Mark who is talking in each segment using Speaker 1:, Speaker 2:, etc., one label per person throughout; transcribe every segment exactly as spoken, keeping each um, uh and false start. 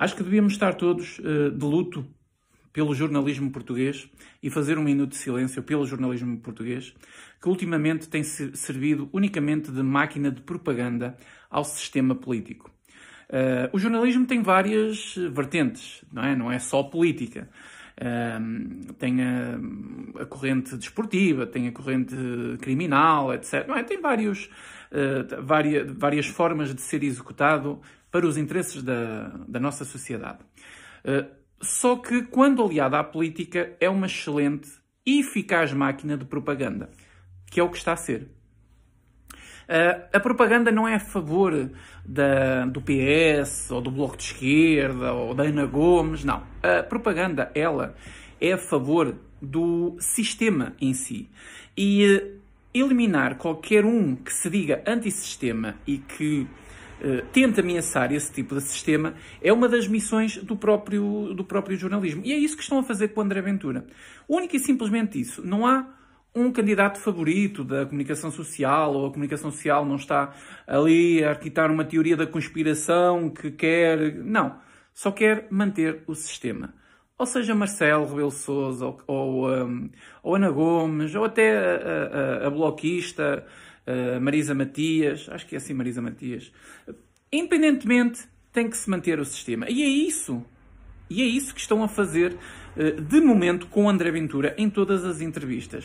Speaker 1: Acho que devíamos estar todos uh, de luto pelo jornalismo português e fazer um minuto de silêncio pelo jornalismo português, que ultimamente tem servido unicamente de máquina de propaganda ao sistema político. Uh, o jornalismo tem várias vertentes, não é? Não é só política. Uh, tem a, a corrente desportiva, tem a corrente criminal, etcétera. Não é? Tem vários, uh, várias, várias formas de ser executado para os interesses da, da nossa sociedade. Uh, Só que, quando aliada à política, é uma excelente e eficaz máquina de propaganda, que é o que está a ser. Uh, a propaganda não é a favor da, do P S, ou do Bloco de Esquerda, ou da Ana Gomes, não. A propaganda, ela, é a favor do sistema em si. E uh, eliminar qualquer um que se diga antissistema e que Uh, tenta ameaçar esse tipo de sistema é uma das missões do próprio, do próprio jornalismo. E é isso que estão a fazer com o André Ventura. Único e simplesmente isso. Não há um candidato favorito da comunicação social, ou a comunicação social não está ali a arquitetar uma teoria da conspiração que quer... Não. Só quer manter o sistema. Ou seja, Marcelo Rebelo de Sousa, ou, ou, um, ou Ana Gomes, ou até a, a, a bloquista... Uh, Marisa Matias, acho que é assim Marisa Matias, independentemente tem que se manter o sistema. E é isso, e é isso que estão a fazer uh, de momento com o André Ventura em todas as entrevistas.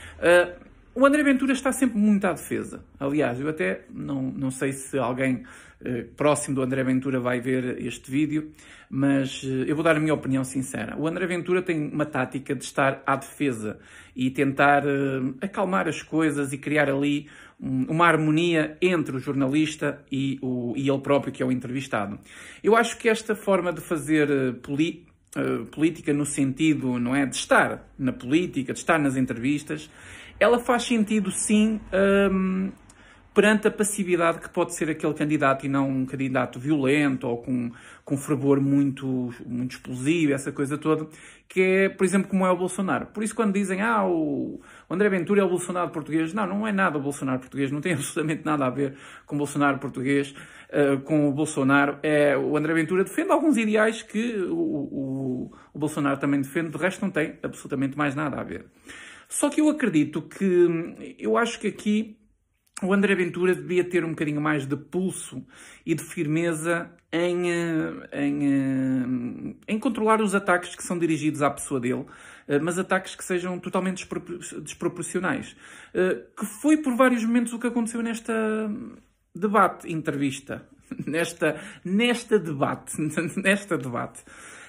Speaker 1: Uh, o André Ventura está sempre muito à defesa. Aliás, eu até não, não sei se alguém uh, próximo do André Ventura vai ver este vídeo, mas uh, eu vou dar a minha opinião sincera. O André Ventura tem uma tática de estar à defesa e tentar uh, acalmar as coisas e criar ali uma harmonia entre o jornalista e, o, e ele próprio, que é o entrevistado. Eu acho que esta forma de fazer uh, poli, uh, política no sentido, não é, de estar na política, de estar nas entrevistas, ela faz sentido, sim, um, perante a passividade que pode ser aquele candidato e não um candidato violento ou com, com fervor muito, muito explosivo, essa coisa toda, que é, por exemplo, como é o Bolsonaro. Por isso, quando dizem, ah, o André Ventura é o Bolsonaro português, não, não é nada o Bolsonaro português, não tem absolutamente nada a ver com o Bolsonaro português, uh, com o Bolsonaro. É, o André Ventura defende alguns ideais que o, o, o Bolsonaro também defende, de resto não tem absolutamente mais nada a ver. Só que eu acredito que, eu acho que aqui o André Ventura devia ter um bocadinho mais de pulso e de firmeza em, em, em controlar os ataques que são dirigidos à pessoa dele, mas ataques que sejam totalmente desproporcionais. Que foi por vários momentos o que aconteceu nesta debate, entrevista, nesta, nesta debate, nesta debate.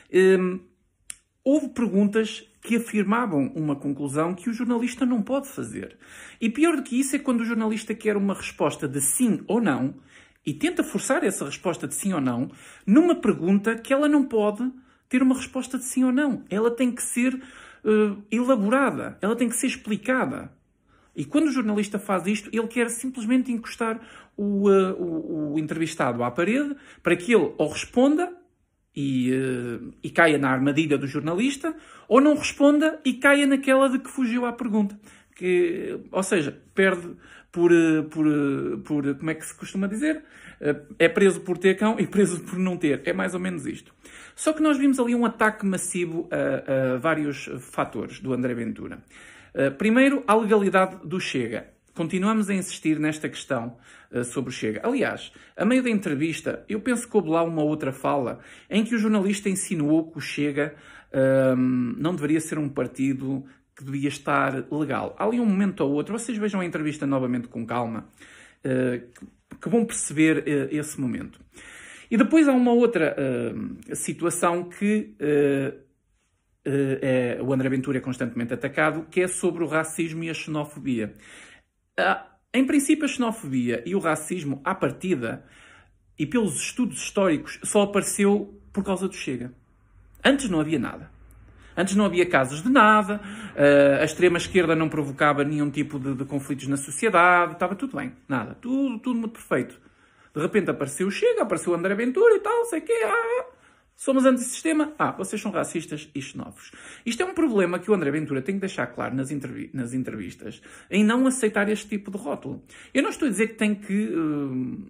Speaker 1: Houve perguntas que afirmavam uma conclusão que o jornalista não pode fazer. E pior do que isso é quando o jornalista quer uma resposta de sim ou não e tenta forçar essa resposta de sim ou não numa pergunta que ela não pode ter uma resposta de sim ou não. Ela tem que ser uh, elaborada, ela tem que ser explicada. E quando o jornalista faz isto, ele quer simplesmente encostar o, uh, o, o entrevistado à parede para que ele ou responda E, uh, e caia na armadilha do jornalista, ou não responda e caia naquela de que fugiu à pergunta. Que, ou seja, perde por, por, por, como é que se costuma dizer? É preso por ter cão e preso por não ter. É mais ou menos isto. Só que nós vimos ali um ataque massivo a, a vários fatores do André Ventura. Uh, primeiro, a legalidade do Chega. Continuamos a insistir nesta questão uh, sobre o Chega. Aliás, a meio da entrevista, eu penso que houve lá uma outra fala em que o jornalista insinuou que o Chega uh, não deveria ser um partido que devia estar legal. Há ali um momento ou outro, vocês vejam a entrevista novamente com calma, uh, que, que vão perceber uh, esse momento. E depois há uma outra uh, situação que uh, uh, é, o André Ventura é constantemente atacado, que é sobre o racismo e a xenofobia. Uh, em princípio, a xenofobia e o racismo, à partida, e pelos estudos históricos, só apareceu por causa do Chega. Antes não havia nada. Antes não havia casos de nada, uh, a extrema-esquerda não provocava nenhum tipo de, de conflitos na sociedade, estava tudo bem, nada, tudo, tudo muito perfeito. De repente apareceu o Chega, apareceu o André Ventura e tal, sei o quê, ah, somos antissistema, ah, vocês são racistas e xenófobos. Isto é um problema que o André Ventura tem que deixar claro nas, entrev nas entrevistas, em não aceitar este tipo de rótulo. Eu não estou a dizer que tem que uh,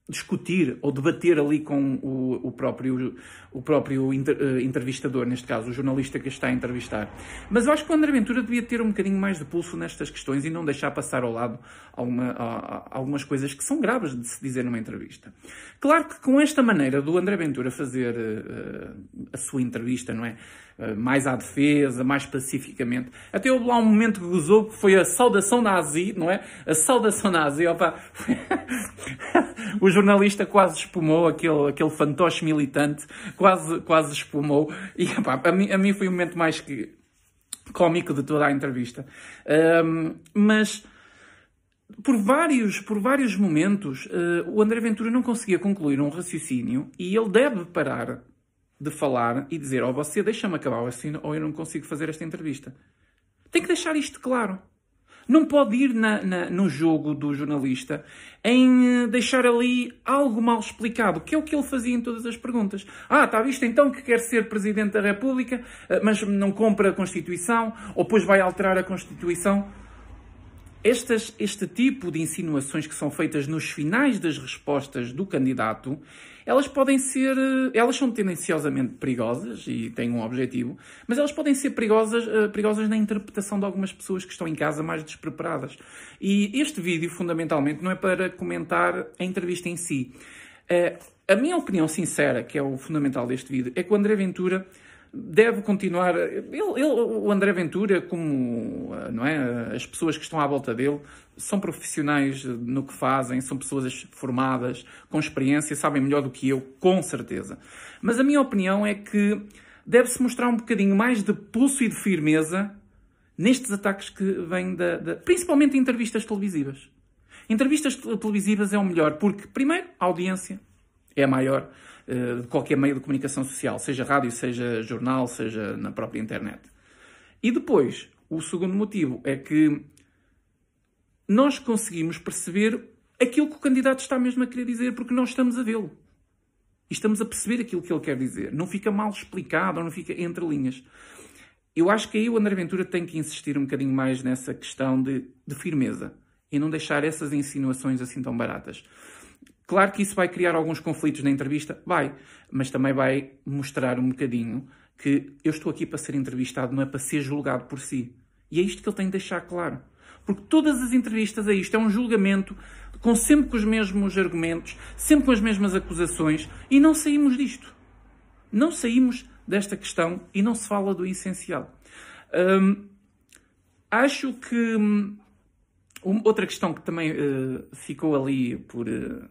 Speaker 1: discutir ou debater ali com o, o próprio, o próprio inter, uh, entrevistador, neste caso, o jornalista que está a entrevistar. Mas eu acho que o André Ventura devia ter um bocadinho mais de pulso nestas questões e não deixar passar ao lado alguma, uh, algumas coisas que são graves de se dizer numa entrevista. Claro que com esta maneira do André Ventura fazer uh, a sua entrevista, não é? Uh, mais à defesa, mais pacificamente. Até houve lá um momento que gozou, que foi a saudação nazi, não é? A saudação nazi, opa... O jornalista quase espumou, aquele, aquele fantoche militante, quase, quase espumou. E opa, a, mim, a mim foi o momento mais que, cómico de toda a entrevista. Um, mas... Por vários, por vários momentos, uh, o André Ventura não conseguia concluir um raciocínio e ele deve parar de falar e dizer: ou oh, você deixa-me acabar o raciocínio ou eu não consigo fazer esta entrevista. Tem que deixar isto claro. Não pode ir na, na, no jogo do jornalista em deixar ali algo mal explicado, que é o que ele fazia em todas as perguntas. Ah, está visto então que quer ser Presidente da República, mas não compra a Constituição, ou depois vai alterar a Constituição. Estas, este tipo de insinuações que são feitas nos finais das respostas do candidato, elas podem ser, elas são tendenciosamente perigosas e têm um objetivo, mas elas podem ser perigosas, perigosas na interpretação de algumas pessoas que estão em casa mais despreparadas. E este vídeo, fundamentalmente, não é para comentar a entrevista em si. A minha opinião sincera, que é o fundamental deste vídeo, é que o André Ventura deve continuar, ele, ele, o André Ventura, como não é, as pessoas que estão à volta dele, são profissionais no que fazem, são pessoas formadas, com experiência, sabem melhor do que eu, com certeza. Mas a minha opinião é que deve-se mostrar um bocadinho mais de pulso e de firmeza nestes ataques que vêm, da, da, principalmente em entrevistas televisivas. Entrevistas televisivas é o melhor, porque, primeiro, a audiência é a maior de qualquer meio de comunicação social, seja rádio, seja jornal, seja na própria internet. E depois, o segundo motivo é que nós conseguimos perceber aquilo que o candidato está mesmo a querer dizer, porque nós estamos a vê-lo. E estamos a perceber aquilo que ele quer dizer. Não fica mal explicado, ou não fica entre linhas. Eu acho que aí o André Ventura tem que insistir um bocadinho mais nessa questão de, de firmeza e não deixar essas insinuações assim tão baratas. Claro que isso vai criar alguns conflitos na entrevista, vai, mas também vai mostrar um bocadinho que eu estou aqui para ser entrevistado, não é para ser julgado por si. E é isto que ele tem de deixar claro. Porque todas as entrevistas é isto, é um julgamento, com sempre com os mesmos argumentos, sempre com as mesmas acusações, e não saímos disto. Não saímos desta questão e não se fala do essencial. Hum, acho que hum, outra questão que também uh, ficou ali por... Uh,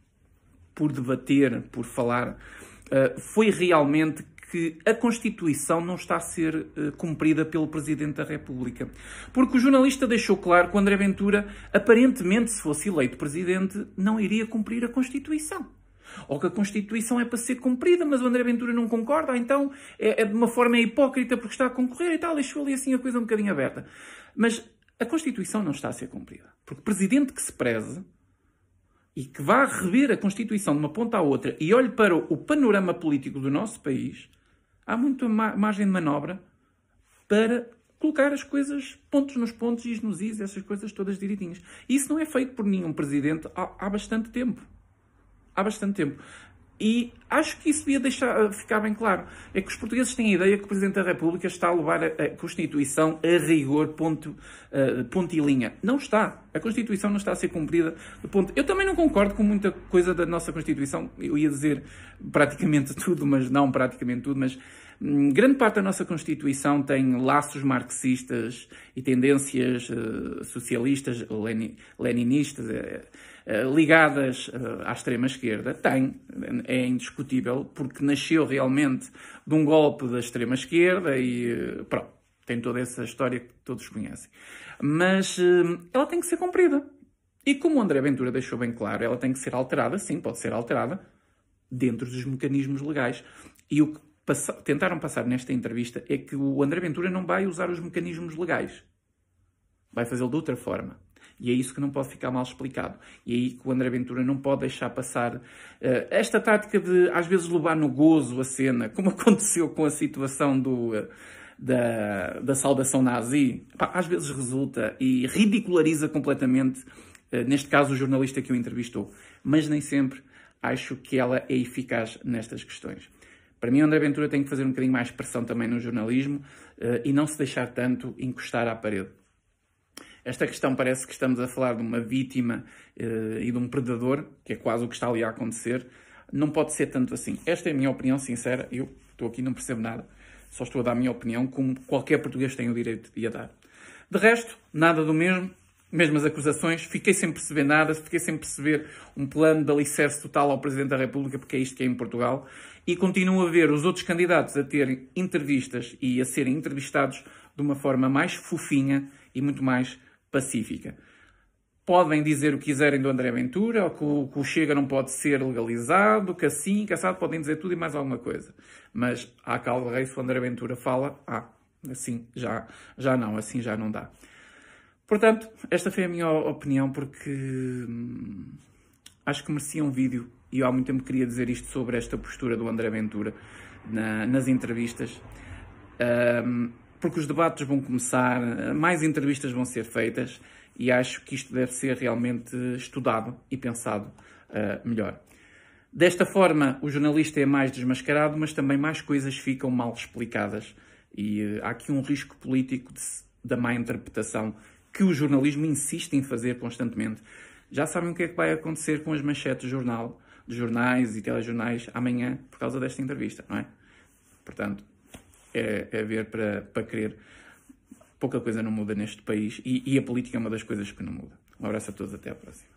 Speaker 1: por debater, por falar, foi realmente que a Constituição não está a ser cumprida pelo Presidente da República. Porque o jornalista deixou claro que o André Ventura, aparentemente, se fosse eleito Presidente, não iria cumprir a Constituição. Ou que a Constituição é para ser cumprida, mas o André Ventura não concorda, então é, é de uma forma hipócrita porque está a concorrer e tal, deixou ali assim a coisa um bocadinho aberta. Mas a Constituição não está a ser cumprida. Porque Presidente que se preze e que vá rever a Constituição de uma ponta à outra e olhe para o panorama político do nosso país, há muita margem de manobra para colocar as coisas pontos nos pontos, is nos is, essas coisas todas direitinhas. E isso não é feito por nenhum presidente há, há bastante tempo. Há bastante tempo. E acho que isso devia deixar, ficar bem claro. É que os portugueses têm a ideia que o Presidente da República está a levar a, a Constituição a rigor, ponto, uh, ponto e linha. Não está. A Constituição não está a ser cumprida de ponto. Eu também não concordo com muita coisa da nossa Constituição. Eu ia dizer praticamente tudo, mas não praticamente tudo, mas hum, grande parte da nossa Constituição tem laços marxistas e tendências uh, socialistas, lenin, leninistas, uh, ligadas à extrema-esquerda. Tem, é indiscutível, porque nasceu realmente de um golpe da extrema-esquerda e pronto, tem toda essa história que todos conhecem. Mas ela tem que ser cumprida. E como o André Ventura deixou bem claro, ela tem que ser alterada, sim, pode ser alterada, dentro dos mecanismos legais. E o que passa, tentaram passar nesta entrevista é que o André Ventura não vai usar os mecanismos legais. Vai fazê-lo de outra forma. E é isso que não pode ficar mal explicado. E é aí que o André Ventura não pode deixar passar uh, esta tática de, às vezes, levar no gozo a cena, como aconteceu com a situação do, uh, da, da saudação nazi. Pá, às vezes resulta e ridiculariza completamente neste caso o jornalista que o entrevistou, mas nem sempre acho que ela é eficaz nestas questões. Para mim, o André Ventura tem que fazer um bocadinho mais pressão também no jornalismo uh, e não se deixar tanto encostar à parede. Esta questão parece que estamos a falar de uma vítima uh, e de um predador, que é quase o que está ali a acontecer. Não pode ser tanto assim. Esta é a minha opinião sincera. Eu estou aqui, não percebo nada. Só estou a dar a minha opinião, como qualquer português tem o direito de a dar. De resto, nada do mesmo. Mesmas acusações, fiquei sem perceber nada, fiquei sem perceber um plano de alicerce total ao Presidente da República, porque é isto que é em Portugal, e continuo a ver os outros candidatos a terem entrevistas e a serem entrevistados de uma forma mais fofinha e muito mais pacífica. Podem dizer o que quiserem do André Ventura, ou que o, que o Chega não pode ser legalizado, que assim, que assado, podem dizer tudo e mais alguma coisa. Mas há caldo rei, se o André Ventura fala, ah, assim já, já não, assim já não dá. Portanto, esta foi a minha opinião, porque hum, acho que merecia um vídeo, e eu há muito tempo queria dizer isto sobre esta postura do André Ventura na, nas entrevistas, um, porque os debates vão começar, mais entrevistas vão ser feitas, e acho que isto deve ser realmente estudado e pensado uh, melhor. Desta forma, o jornalista é mais desmascarado, mas também mais coisas ficam mal explicadas, e uh, há aqui um risco político de, da má interpretação que o jornalismo insiste em fazer constantemente. Já sabem o que é que vai acontecer com as manchetes de jornal, de jornais e telejornais amanhã por causa desta entrevista, não é? Portanto, é, é ver para, para crer. Pouca coisa não muda neste país e, e a política é uma das coisas que não muda. Um abraço a todos, até à próxima.